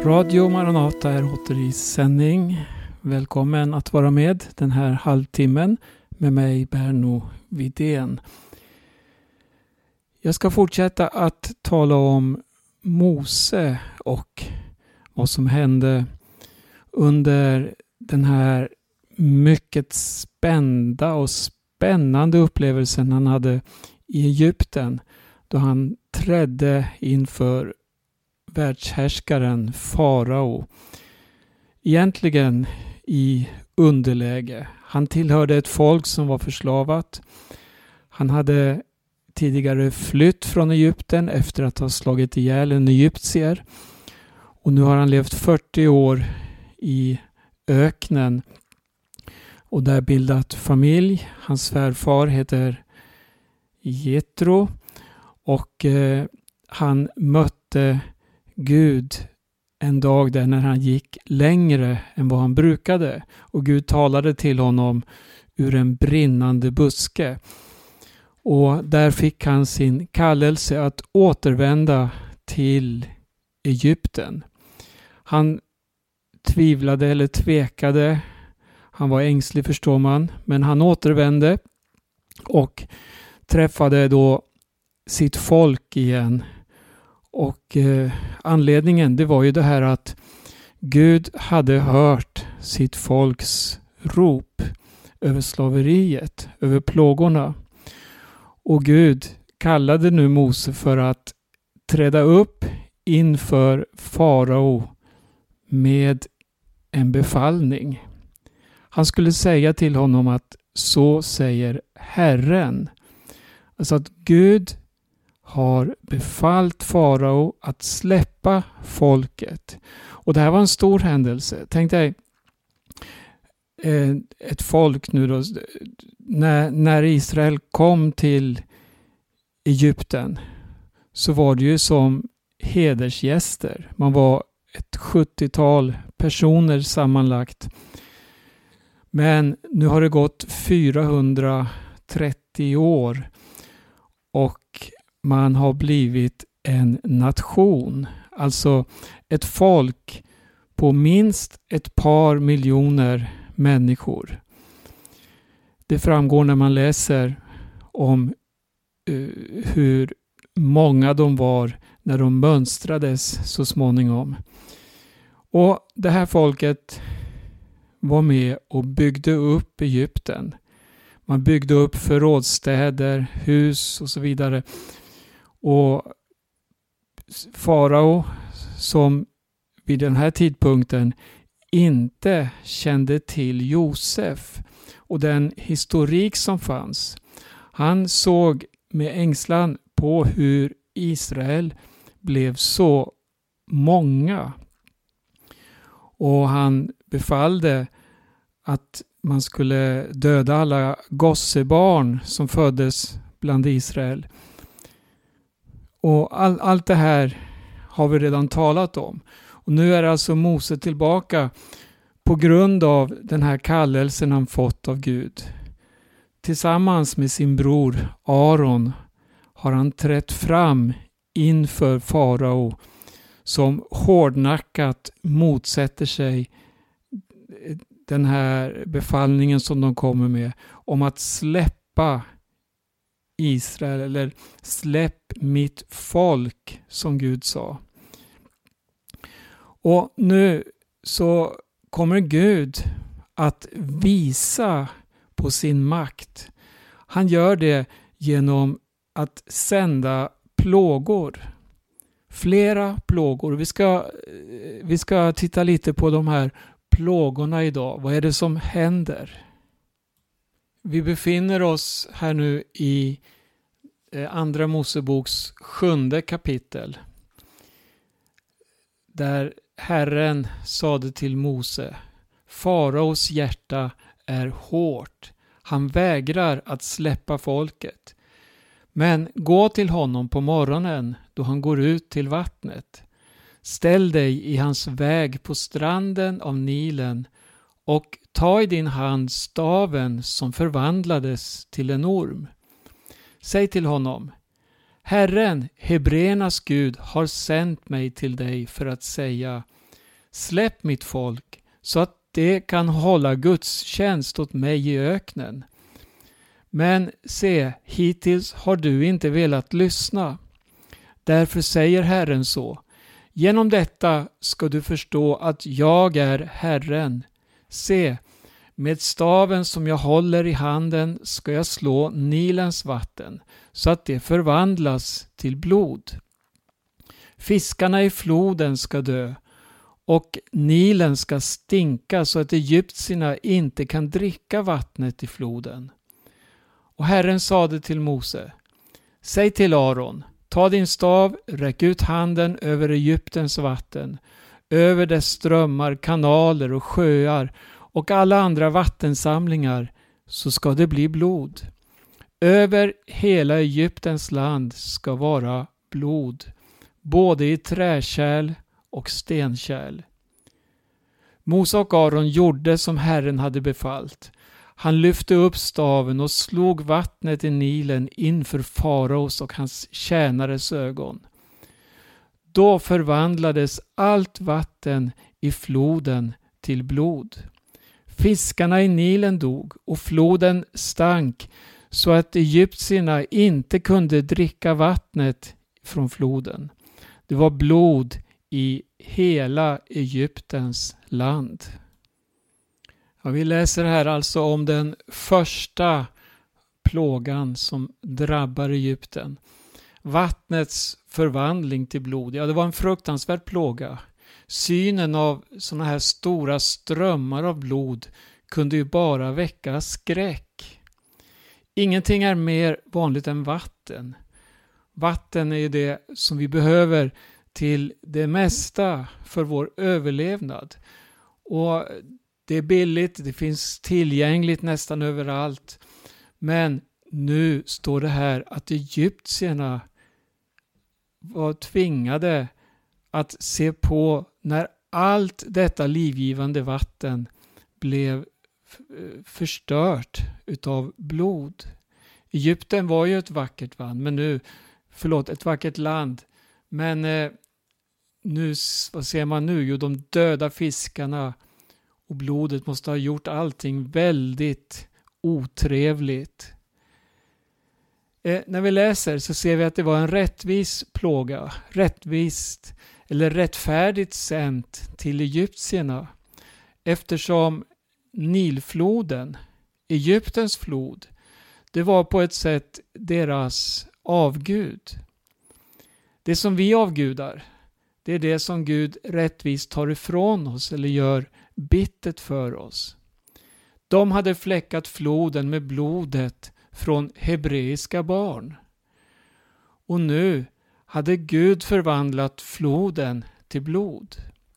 Radio Maranata är åter i sändning. Välkommen att vara med den här halvtimmen med mig, Berno Widén. Jag ska fortsätta att tala om Mose och vad som hände under den här mycket spända och spännande upplevelsen han hade i Egypten då han trädde inför världshärskaren farao. Egentligen i underläge. Han tillhörde ett folk som var förslavat. Han hade tidigare flytt från Egypten efter att ha slagit ihjäl en egyptier. Och nu har han levt 40 år i öknen och där bildat familj. Hans svärfar heter Jetro och han mötte Gud en dag där när han gick längre än vad han brukade. Och Gud talade till honom ur en brinnande buske. Och där fick han sin kallelse att återvända till Egypten. Han tvivlade eller tvekade. Han var ängslig, förstår man. Men han återvände och träffade då sitt folk igen. Och anledningen det var ju det här att Gud hade hört sitt folks rop över slaveriet, över plågorna. Och Gud kallade nu Mose för att träda upp inför farao med en befallning. Han skulle säga till honom att så säger Herren. Alltså att Gud har befallt farao att släppa folket. Och det här var en stor händelse. Tänk dig ett folk nu då, när Israel kom till Egypten så var det ju som hedersgäster. Man var ett 70-tal personer sammanlagt. Men nu har det gått 430 år och man har blivit en nation. Alltså ett folk på minst ett par miljoner människor. Det framgår när man läser om hur många de var när de mönstrades så småningom. Och det här folket var med och byggde upp Egypten. Man byggde upp förrådsstäder, hus och så vidare. Och farao som vid den här tidpunkten inte kände till Josef och den historik som fanns. Han såg med ängslan på hur Israel blev så många. Och han befallde att man skulle döda alla gossebarn som föddes bland Israel. Och allt det här har vi redan talat om. Och nu är alltså Mose tillbaka på grund av den här kallelsen han fått av Gud. Tillsammans med sin bror Aron har han trätt fram inför farao som hårdnackat motsätter sig den här befallningen som de kommer med om att släppa Israel eller släpp mitt folk som Gud sa. Och nu så kommer Gud att visa på sin makt. Han gör det genom att sända plågor. Flera plågor. Vi ska titta lite på de här plågorna idag. Vad är det som händer? Vi befinner oss här nu i Andra Moseboks 7:e kapitel. Där Herren sade till Mose: Faraos hjärta är hårt. Han vägrar att släppa folket. Men gå till honom på morgonen då han går ut till vattnet. Ställ dig i hans väg på stranden av Nilen och ta i din hand staven som förvandlades till en orm. Säg till honom: Herren, Hebreernas Gud, har sänt mig till dig för att säga: Släpp mitt folk så att det kan hålla Guds tjänst åt mig i öknen. Men se, hittills har du inte velat lyssna. Därför säger Herren så. Genom detta ska du förstå att jag är Herren. Se, med staven som jag håller i handen ska jag slå Nilens vatten så att det förvandlas till blod. Fiskarna i floden ska dö och Nilen ska stinka så att egyptierna inte kan dricka vattnet i floden. Och Herren sade till Mose, säg till Aron, ta din stav, räck ut handen över Egyptens vatten, över dess strömmar, kanaler och sjöar och alla andra vattensamlingar, så ska det bli blod. Över hela Egyptens land ska vara blod, både i träkärl och stenkärl. Mose och Aron gjorde som Herren hade befallt. Han lyfte upp staven och slog vattnet i Nilen inför faraos och hans tjänares ögon. Då förvandlades allt vatten i floden till blod. Fiskarna i Nilen dog och floden stank så att egyptierna inte kunde dricka vattnet från floden. Det var blod i hela Egyptens land. Ja, vi läser här alltså om den första plågan som drabbar Egypten. Vattnets förvandling till blod. Ja, det var en fruktansvärd plåga. Synen av såna här stora strömmar av blod kunde ju bara väcka skräck. Ingenting är mer vanligt än vatten. Vatten är ju det som vi behöver till det mesta för vår överlevnad. Och det är billigt, det finns tillgängligt nästan överallt. Men nu står det här att egyptierna var tvingade att se på när allt detta livgivande vatten blev förstört utav blod. Egypten var ju ett vackert land, ett vackert land. Men nu, vad ser man nu? Jo, de döda fiskarna och blodet måste ha gjort allting väldigt otrevligt. När vi läser så ser vi att det var en rättvis plåga, rättvist eller rättfärdigt sänt till egyptierna, eftersom Nilfloden, Egyptens flod, det var på ett sätt deras avgud. Det som vi avgudar, det är det som Gud rättvist tar ifrån oss eller gör bittert för oss. De hade fläckat floden med blodet från hebreiska barn. Och nu hade Gud förvandlat floden till blod.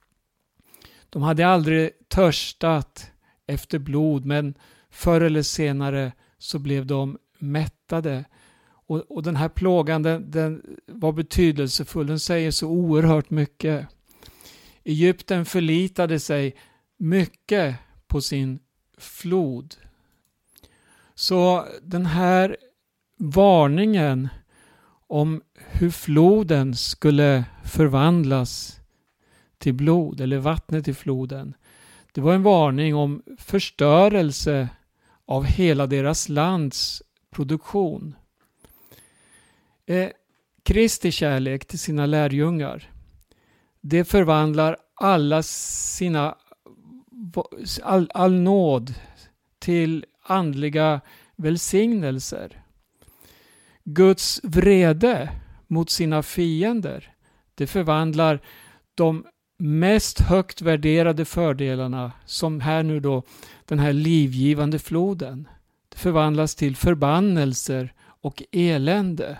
De hade aldrig törstat efter blod, men förr eller senare så blev de mättade. Och den här plågan den var betydelsefull, den säger så oerhört mycket. Egypten förlitade sig mycket på sin flod. Så den här varningen om hur floden skulle förvandlas till blod, eller vattnet i floden, det var en varning om förstörelse av hela deras lands produktion. Kristi kärlek till sina lärjungar, det förvandlar all nåd till andliga välsignelser. Guds vrede mot sina fiender, det förvandlar de mest högt värderade fördelarna, som här nu då den här livgivande floden. Det förvandlas till förbannelser och elände.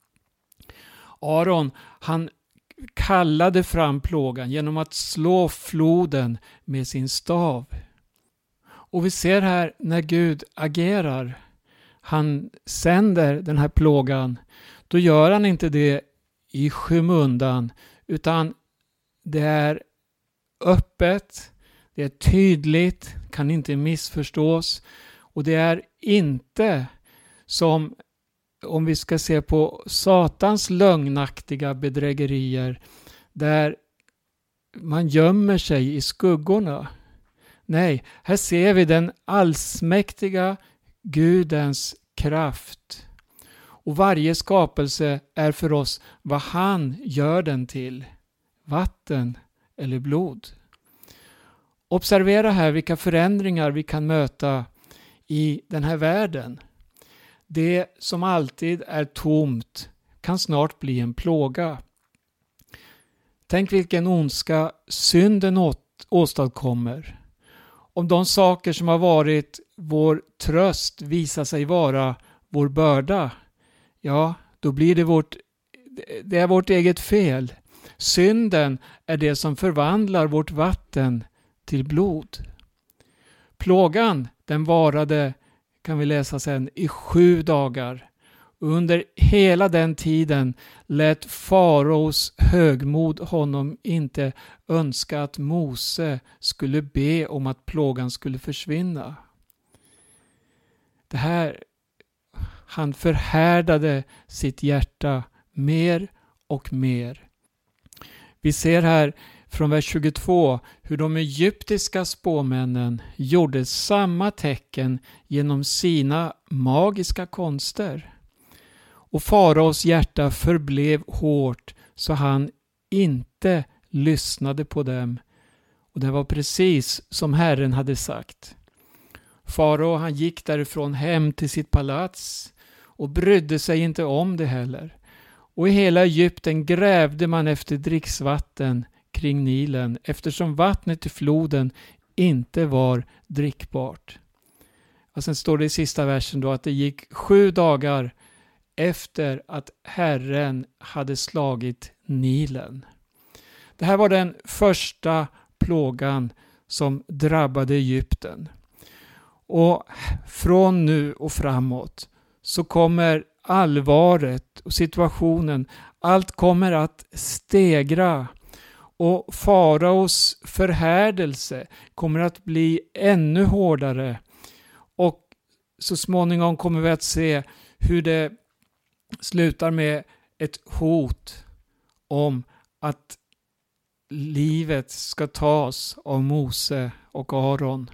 Aron, han kallade fram plågan genom att slå floden med sin stav. Och vi ser här när Gud agerar, han sänder den här plågan, då gör han inte det i skymundan, utan det är öppet, det är tydligt, kan inte missförstås, och det är inte som, om vi ska se på Satans lögnaktiga bedrägerier, där man gömmer sig i skuggorna. Nej, här ser vi den allsmäktiga Gudens kraft. Och varje skapelse är för oss vad han gör den till. Vatten eller blod. Observera här vilka förändringar vi kan möta i den här världen. Det som alltid är tomt kan snart bli en plåga. Tänk vilken ondska synden åstadkommer. Om de saker som har varit vår tröst visar sig vara vår börda, ja, då blir det är vårt eget fel. Synden är det som förvandlar vårt vatten till blod. Plågan, den varade, kan vi läsa sen, i 7 dagar. Under hela den tiden lät faraos högmod honom inte önska att Mose skulle be om att plågan skulle försvinna. Han förhärdade sitt hjärta mer och mer. Vi ser här från vers 22 hur de egyptiska spåmännen gjorde samma tecken genom sina magiska konster. Och faraos hjärta förblev hårt så han inte lyssnade på dem. Och det var precis som Herren hade sagt. Farao, han gick därifrån hem till sitt palats och brydde sig inte om det heller. Och i hela Egypten grävde man efter dricksvatten kring Nilen eftersom vattnet i floden inte var drickbart. Och sen står det i sista versen då att det gick 7 dagar efter att Herren hade slagit Nilen. Det här var den första plågan som drabbade Egypten. Och från nu och framåt så kommer allvaret och situationen, allt kommer att stegra. Och faraos förhärdelse kommer att bli ännu hårdare. Och så småningom kommer vi att se hur det slutar med ett hot om att livet ska tas av Mose och Aron.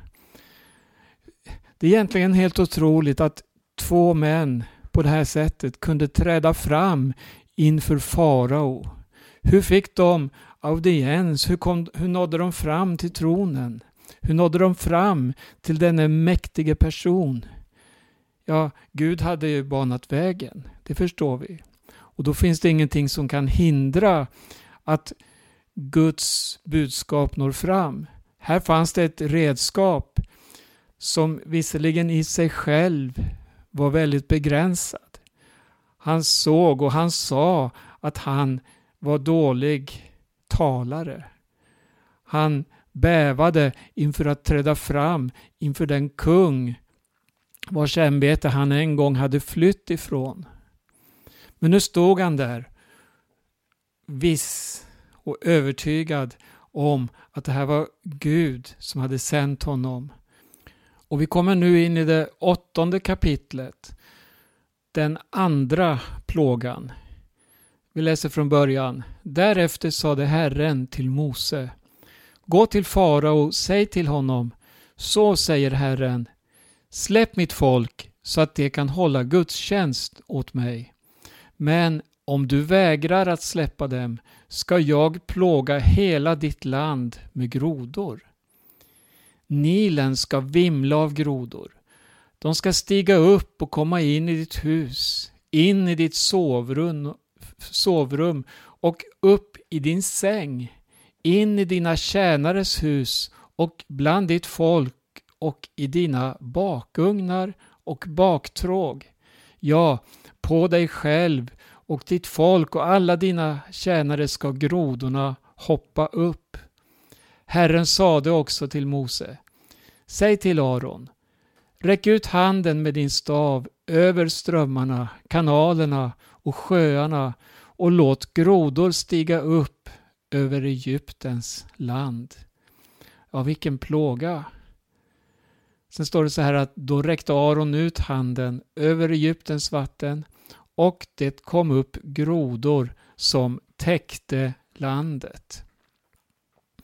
Det är egentligen helt otroligt att 2 män på det här sättet kunde träda fram inför farao. Hur fick de audiens? Hur nådde de fram till tronen? Hur nådde de fram till denna mäktige person? Ja, Gud hade ju banat vägen, det förstår vi. Och då finns det ingenting som kan hindra att Guds budskap når fram. Här fanns det ett redskap som visserligen i sig själv var väldigt begränsad. Han såg och han sa att han var dålig talare. Han bävade inför att träda fram inför den kung vars ämbete han en gång hade flytt ifrån. Men nu stod han där, viss och övertygad om att det här var Gud som hade sänt honom. Och vi kommer nu in i det 8:e kapitlet, den andra plågan. Vi läser från början. Därefter sade Herren till Mose: gå till farao, säg till honom, så säger Herren, släpp mitt folk så att de kan hålla gudstjänst åt mig. Men om du vägrar att släppa dem ska jag plåga hela ditt land med grodor. Nilen ska vimla av grodor. De ska stiga upp och komma in i ditt hus, in i ditt sovrum och upp i din säng, in i dina tjänares hus och bland ditt folk och i dina bakugnar och baktråg. Ja, på dig själv och ditt folk och alla dina tjänare ska grodorna hoppa upp. Herren sade också till Mose: säg till Aron, räck ut handen med din stav över strömmarna, kanalerna och sjöarna och låt grodor stiga upp över Egyptens land. Ja, vilken plåga! Sen står det så här att då räckte Aron ut handen över Egyptens vatten och det kom upp grodor som täckte landet.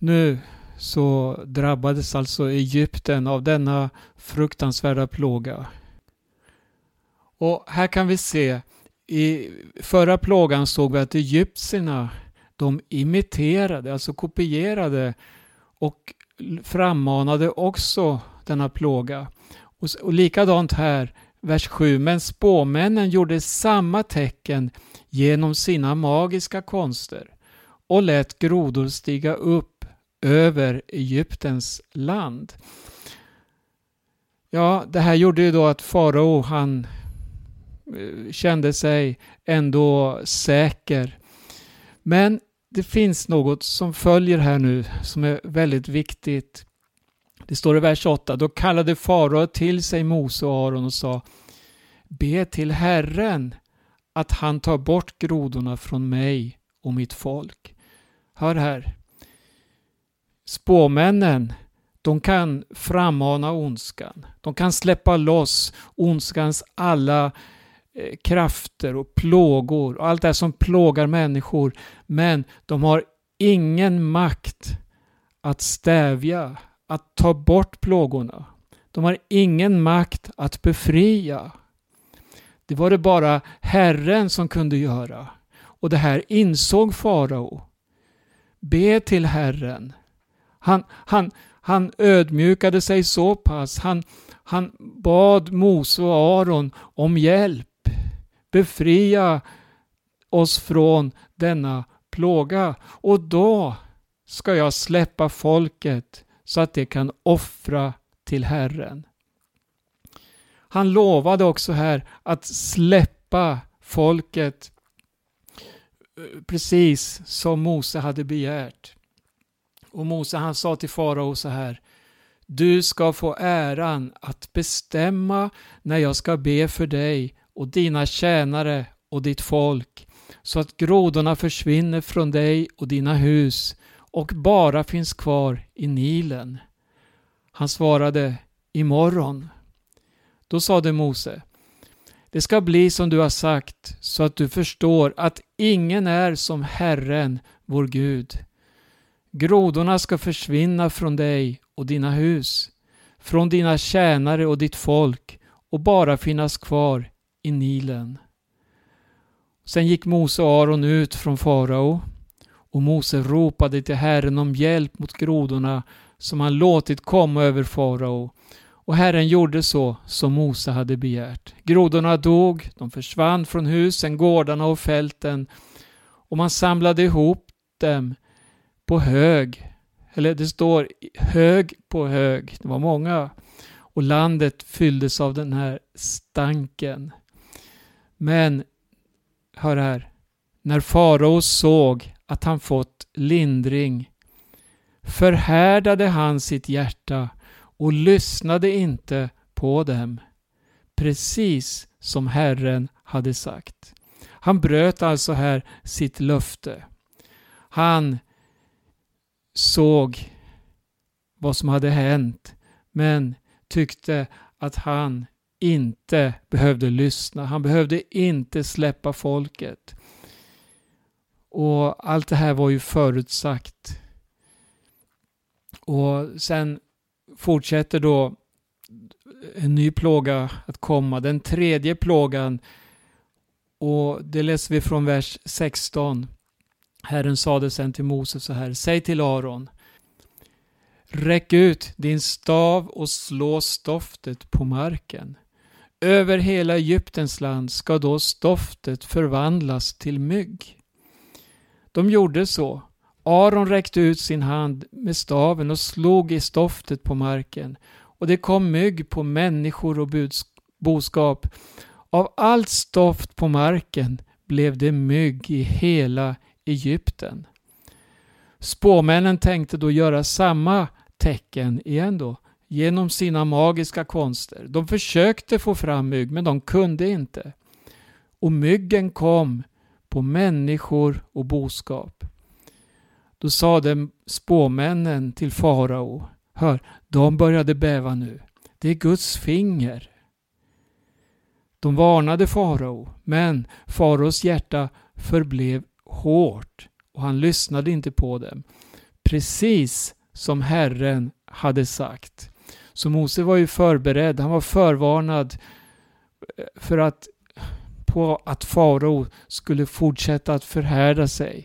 Nu så drabbades alltså Egypten av denna fruktansvärda plåga. Och här kan vi se, i förra plågan såg vi att egyptierna, de imiterade, alltså kopierade och frammanade också denna plåga. Och likadant här, vers 7, men spåmännen gjorde samma tecken genom sina magiska konster och lät grodor stiga upp över Egyptens land. Ja, det här gjorde ju då att farao, han kände sig ändå säker. Men det finns något som följer här nu som är väldigt viktigt. Det står i vers 8, då kallade farao till sig Mose och Aron och sa: be till Herren att han tar bort grodorna från mig och mitt folk. Hör här. Spåmännen, de kan frammana ondskan. De kan släppa loss ondskans alla krafter och plågor och allt det som plågar människor. Men de har ingen makt att stävja, att ta bort plågorna. De har ingen makt att befria. Det var det bara Herren som kunde göra. Och det här insåg farao. Be till Herren. Han ödmjukade sig så pass. Han bad Mose och Aron om hjälp. Befria oss från denna plåga. Och då ska jag släppa folket så att det kan offra till Herren. Han lovade också här att släppa folket precis som Mose hade begärt. Och Mose, han sa till farao så här: du ska få äran att bestämma när jag ska be för dig och dina tjänare och ditt folk, så att grodorna försvinner från dig och dina hus och bara finns kvar i Nilen. Han svarade: imorgon. Då sade Mose: det ska bli som du har sagt, så att du förstår att ingen är som Herren, vår Gud. Grodorna ska försvinna från dig och dina hus, från dina tjänare och ditt folk, och bara finnas kvar i Nilen. Sen gick Mose och Aron ut från farao, och Mose ropade till Herren om hjälp mot grodorna som han låtit komma över farao. Och Herren gjorde så som Mose hade begärt. Grodorna dog, de försvann från husen, gårdarna och fälten, och man samlade ihop dem på hög. Eller det står hög på hög. Det var många. Och landet fylldes av den här stanken. Men, hör här. När farao såg att han fått lindring, förhärdade han sitt hjärta och lyssnade inte på dem. Precis som Herren hade sagt. Han bröt alltså här sitt löfte. Han såg vad som hade hänt, men tyckte att han inte behövde lyssna. Han behövde inte släppa folket. Och allt det här var ju förutsagt. Och sen fortsätter då en ny plåga att komma. Den tredje plågan. Och det läser vi från vers 16. Herren sade sen till Mose så här: säg till Aron: räck ut din stav och slå stoftet på marken. Över hela Egyptens land ska då stoftet förvandlas till mygg. De gjorde så. Aron räckte ut sin hand med staven och slog i stoftet på marken. Och det kom mygg på människor och boskap. Av allt stoft på marken blev det mygg i hela Egypten. Spåmännen tänkte då göra samma tecken igen då, genom sina magiska konster. De försökte få fram mygg, men de kunde inte. Och myggen kom på människor och boskap. Då sade spåmännen till farao: hör, de började bäva nu. Det är Guds finger. De varnade farao, men faraos hjärta förblev hårt och han lyssnade inte på dem. precis som Herren hade sagt. Så Mose var ju förberedd, han var förvarnad på att farao skulle fortsätta att förhärda sig.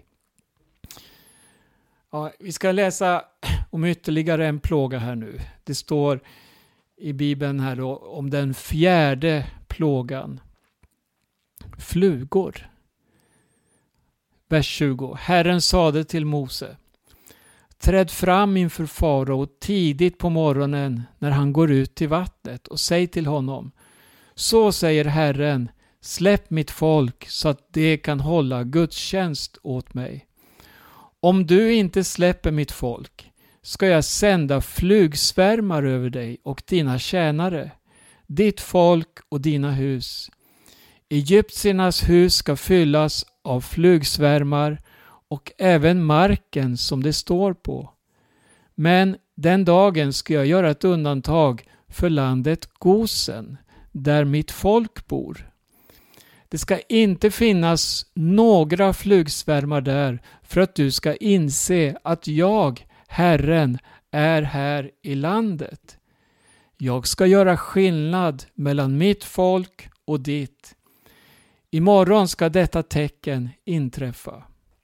Ja, vi ska läsa om ytterligare en plåga här nu. Det står i Bibeln här då om den 4:e plågan. Flugor. Vers 20. Herren sade till Mose: träd fram inför farao tidigt på morgonen när han går ut till vattnet och säg till honom: så säger Herren, släpp mitt folk så att det kan hålla gudstjänst åt mig. Om du inte släpper mitt folk ska jag sända flugsvärmar över dig och dina tjänare, ditt folk och dina hus. Egyptiernas hus ska fyllas av flugsvärmar och även marken som det står på. Men den dagen ska jag göra ett undantag för landet Gosen, där mitt folk bor. Det ska inte finnas några flugsvärmar där för att du ska inse att jag, Herren, är här i landet. Jag ska göra skillnad mellan mitt folk och ditt. Imorgon ska detta tecken inträffa.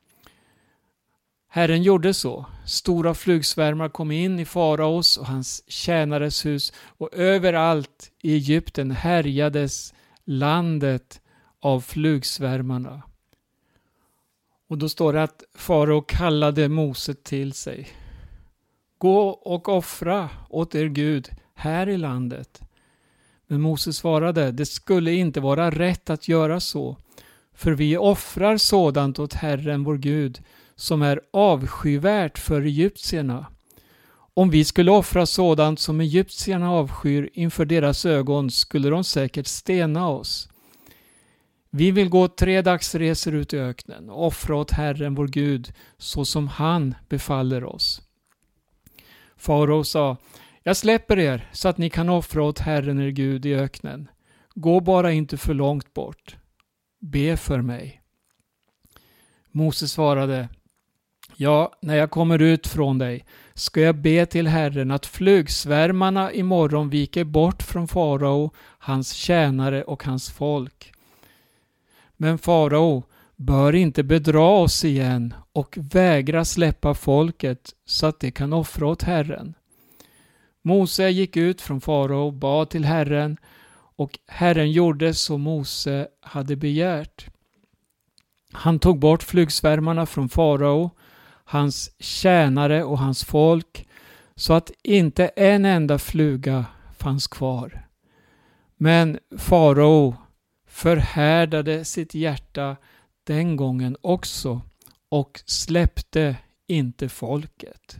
Herren gjorde så. Stora flugsvärmar kom in i faraos och hans tjänares hus, och överallt i Egypten härjades landet av flugsvärmarna. Och då står det att farao kallade Mose till sig. Gå och offra åt er Gud här i landet. Men Mose svarade: det skulle inte vara rätt att göra så, för vi offrar sådant åt Herren vår Gud som är avskyvärt för egyptierna. Om vi skulle offra sådant som egyptierna avskyr inför deras ögon skulle de säkert stena oss. Vi vill gå 3 dagsresor ut i öknen och offra åt Herren vår Gud så som han befaller oss. Farao sa: jag släpper er så att ni kan offra åt Herren er Gud i öknen. Gå bara inte för långt bort. Be för mig. Mose svarade: ja, när jag kommer ut från dig ska jag be till Herren att flugsvärmarna imorgon viker bort från farao, hans tjänare och hans folk. Men farao bör inte bedra oss igen och vägra släppa folket så att det kan offra åt Herren. Mose gick ut från farao och bad till Herren, och Herren gjorde så Mose hade begärt. Han tog bort flugsvärmarna från farao, hans tjänare och hans folk, så att inte en enda fluga fanns kvar. Men farao förhärdade sitt hjärta den gången också och släppte inte folket.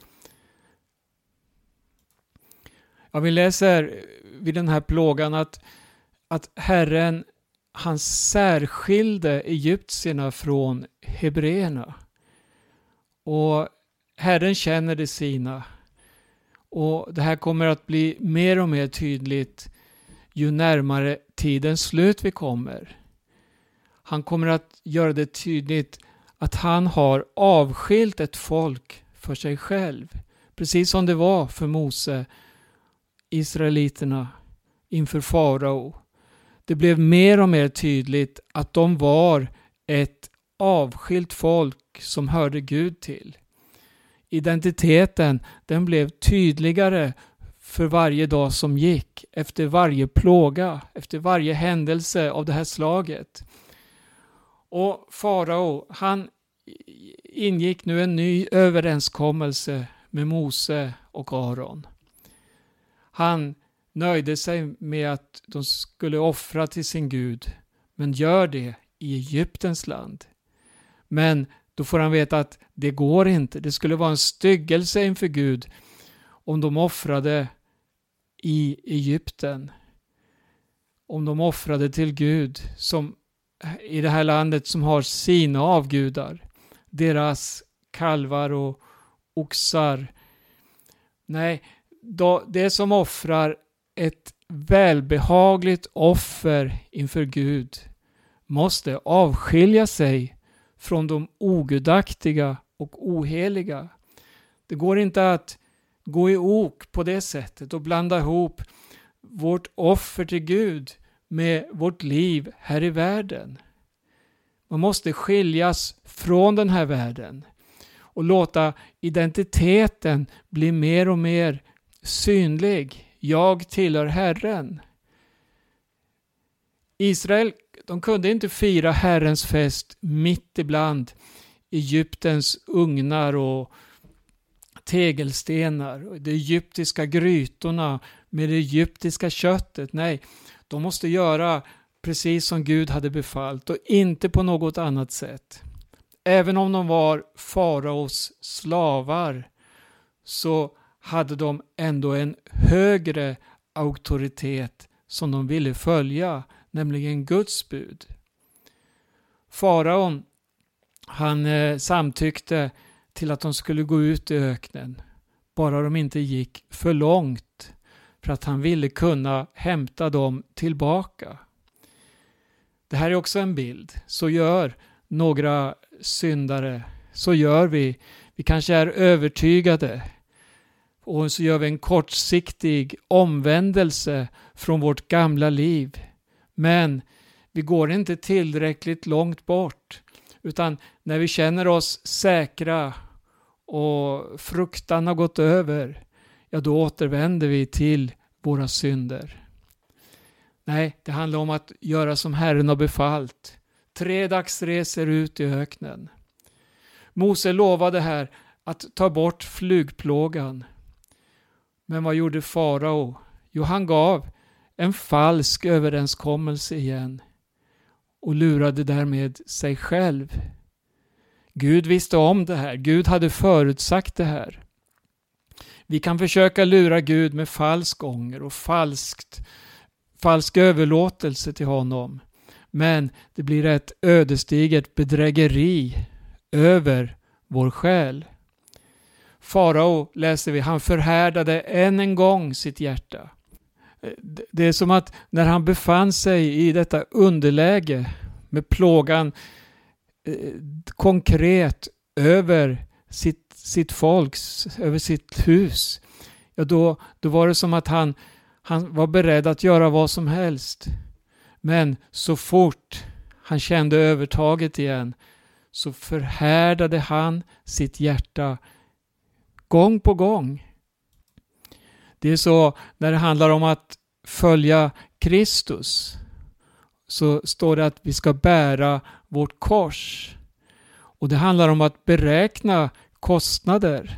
Ja, vi läser vid den här plågan att Herren, han särskilde egyptierna från hebreerna. Och Herren känner det sina. Och det här kommer att bli mer och mer tydligt ju närmare tidens slut vi kommer. Han kommer att göra det tydligt att han har avskilt ett folk för sig själv. Precis som det var för Mose, israeliterna inför farao. Det blev mer och mer tydligt att de var ett avskilt folk som hörde Gud till. Identiteten, den blev tydligare för varje dag som gick, efter varje plåga, efter varje händelse av det här slaget. Och farao, han ingick nu en ny överenskommelse med Mose och Aron. Han nöjde sig med att de skulle offra till sin Gud, men gör det i Egyptens land. Men då får han veta att det går inte. Det skulle vara en styggelse inför Gud om de offrade i Egypten. Om de offrade till Gud som i det här landet som har sina avgudar. Deras kalvar och oxar. Nej, det som offrar ett välbehagligt offer inför Gud måste avskilja sig från de ogudaktiga och oheliga. Det går inte att gå i ok på det sättet och blanda ihop vårt offer till Gud med vårt liv här i världen. Man måste skiljas från den här världen och låta identiteten bli mer och mer synlig. Jag tillhör Herren. Israel, de kunde inte fira Herrens fest mitt ibland Egyptens ugnar och tegelstenar och de egyptiska grytorna med det egyptiska köttet. Nej, de måste göra precis som Gud hade befallt och inte på något annat sätt. Även om de var faraos slavar så hade de ändå en högre auktoritet som de ville följa, nämligen Guds bud. Faraon, han samtyckte till att de skulle gå ut i öknen, bara de inte gick för långt, för att han ville kunna hämta dem tillbaka. Det här är också en bild. Så gör några syndare. Så gör vi. Vi kanske är övertygade. Och så gör vi en kortsiktig omvändelse från vårt gamla liv. Men vi går inte tillräckligt långt bort. Utan när vi känner oss säkra och fruktan har gått över, ja då återvänder vi till våra synder. Nej, det handlar om att göra som Herren har befallt. 3 dagsresor ut i öknen. Mose lovade här att ta bort flugplågan. Men vad gjorde farao? Jo, han gav en falsk överenskommelse igen och lurade därmed sig själv. Gud visste om det här. Gud hade förutsagt det här. Vi kan försöka lura Gud med falsk ånger och falsk överlåtelse till honom. Men det blir ett ödesdigert bedrägeri över vår själ. Farao, läser vi, han förhärdade än en gång sitt hjärta. Det är som att när han befann sig i detta underläge med plågan konkret över sitt folks, över sitt hus, ja då var det som att han var beredd att göra vad som helst. Men så fort han kände övertaget igen så förhärdade han sitt hjärta gång på gång. Det är så när det handlar om att följa Kristus, så står det att vi ska bära vårt kors. Och det handlar om att beräkna kostnader.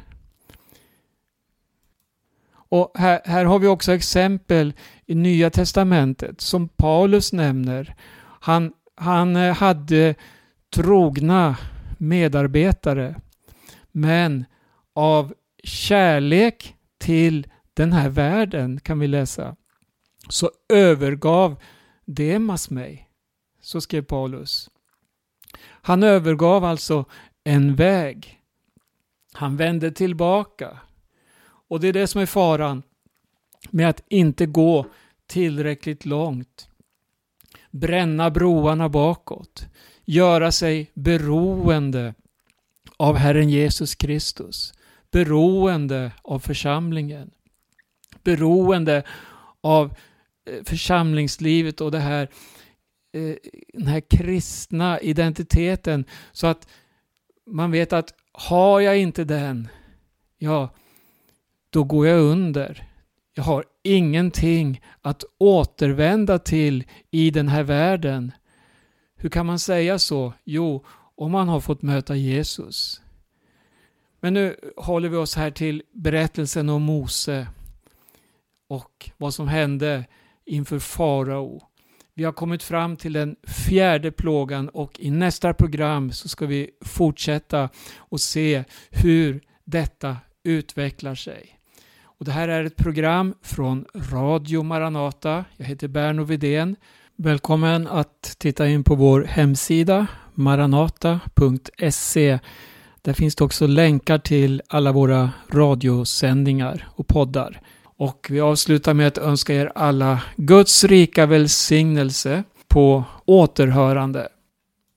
Och här har vi också exempel i Nya testamentet som Paulus nämner. Han hade trogna medarbetare, men av kärlek till den här världen, kan vi läsa, så övergav Demas mig. Så skrev Paulus. Han övergav alltså en väg. Han vände tillbaka. Och det är det som är faran med att inte gå tillräckligt långt. Bränna broarna bakåt. Göra sig beroende av Herren Jesus Kristus. Beroende av församlingen. Beroende av församlingslivet och den här kristna identiteten. Så att man vet att har jag inte den, ja, då går jag under. Jag har ingenting att återvända till i den här världen. Hur kan man säga så? Jo, om man har fått möta Jesus. Men nu håller vi oss här till berättelsen om Mose och vad som hände inför farao. Vi har kommit fram till den 4:e plågan och i nästa program så ska vi fortsätta och se hur detta utvecklar sig. Och det här är ett program från Radio Maranata. Jag heter Berno Widén. Välkommen att titta in på vår hemsida maranata.se. Där finns det också länkar till alla våra radiosändningar och poddar. Och vi avslutar med att önska er alla Guds rika välsignelse på återhörande.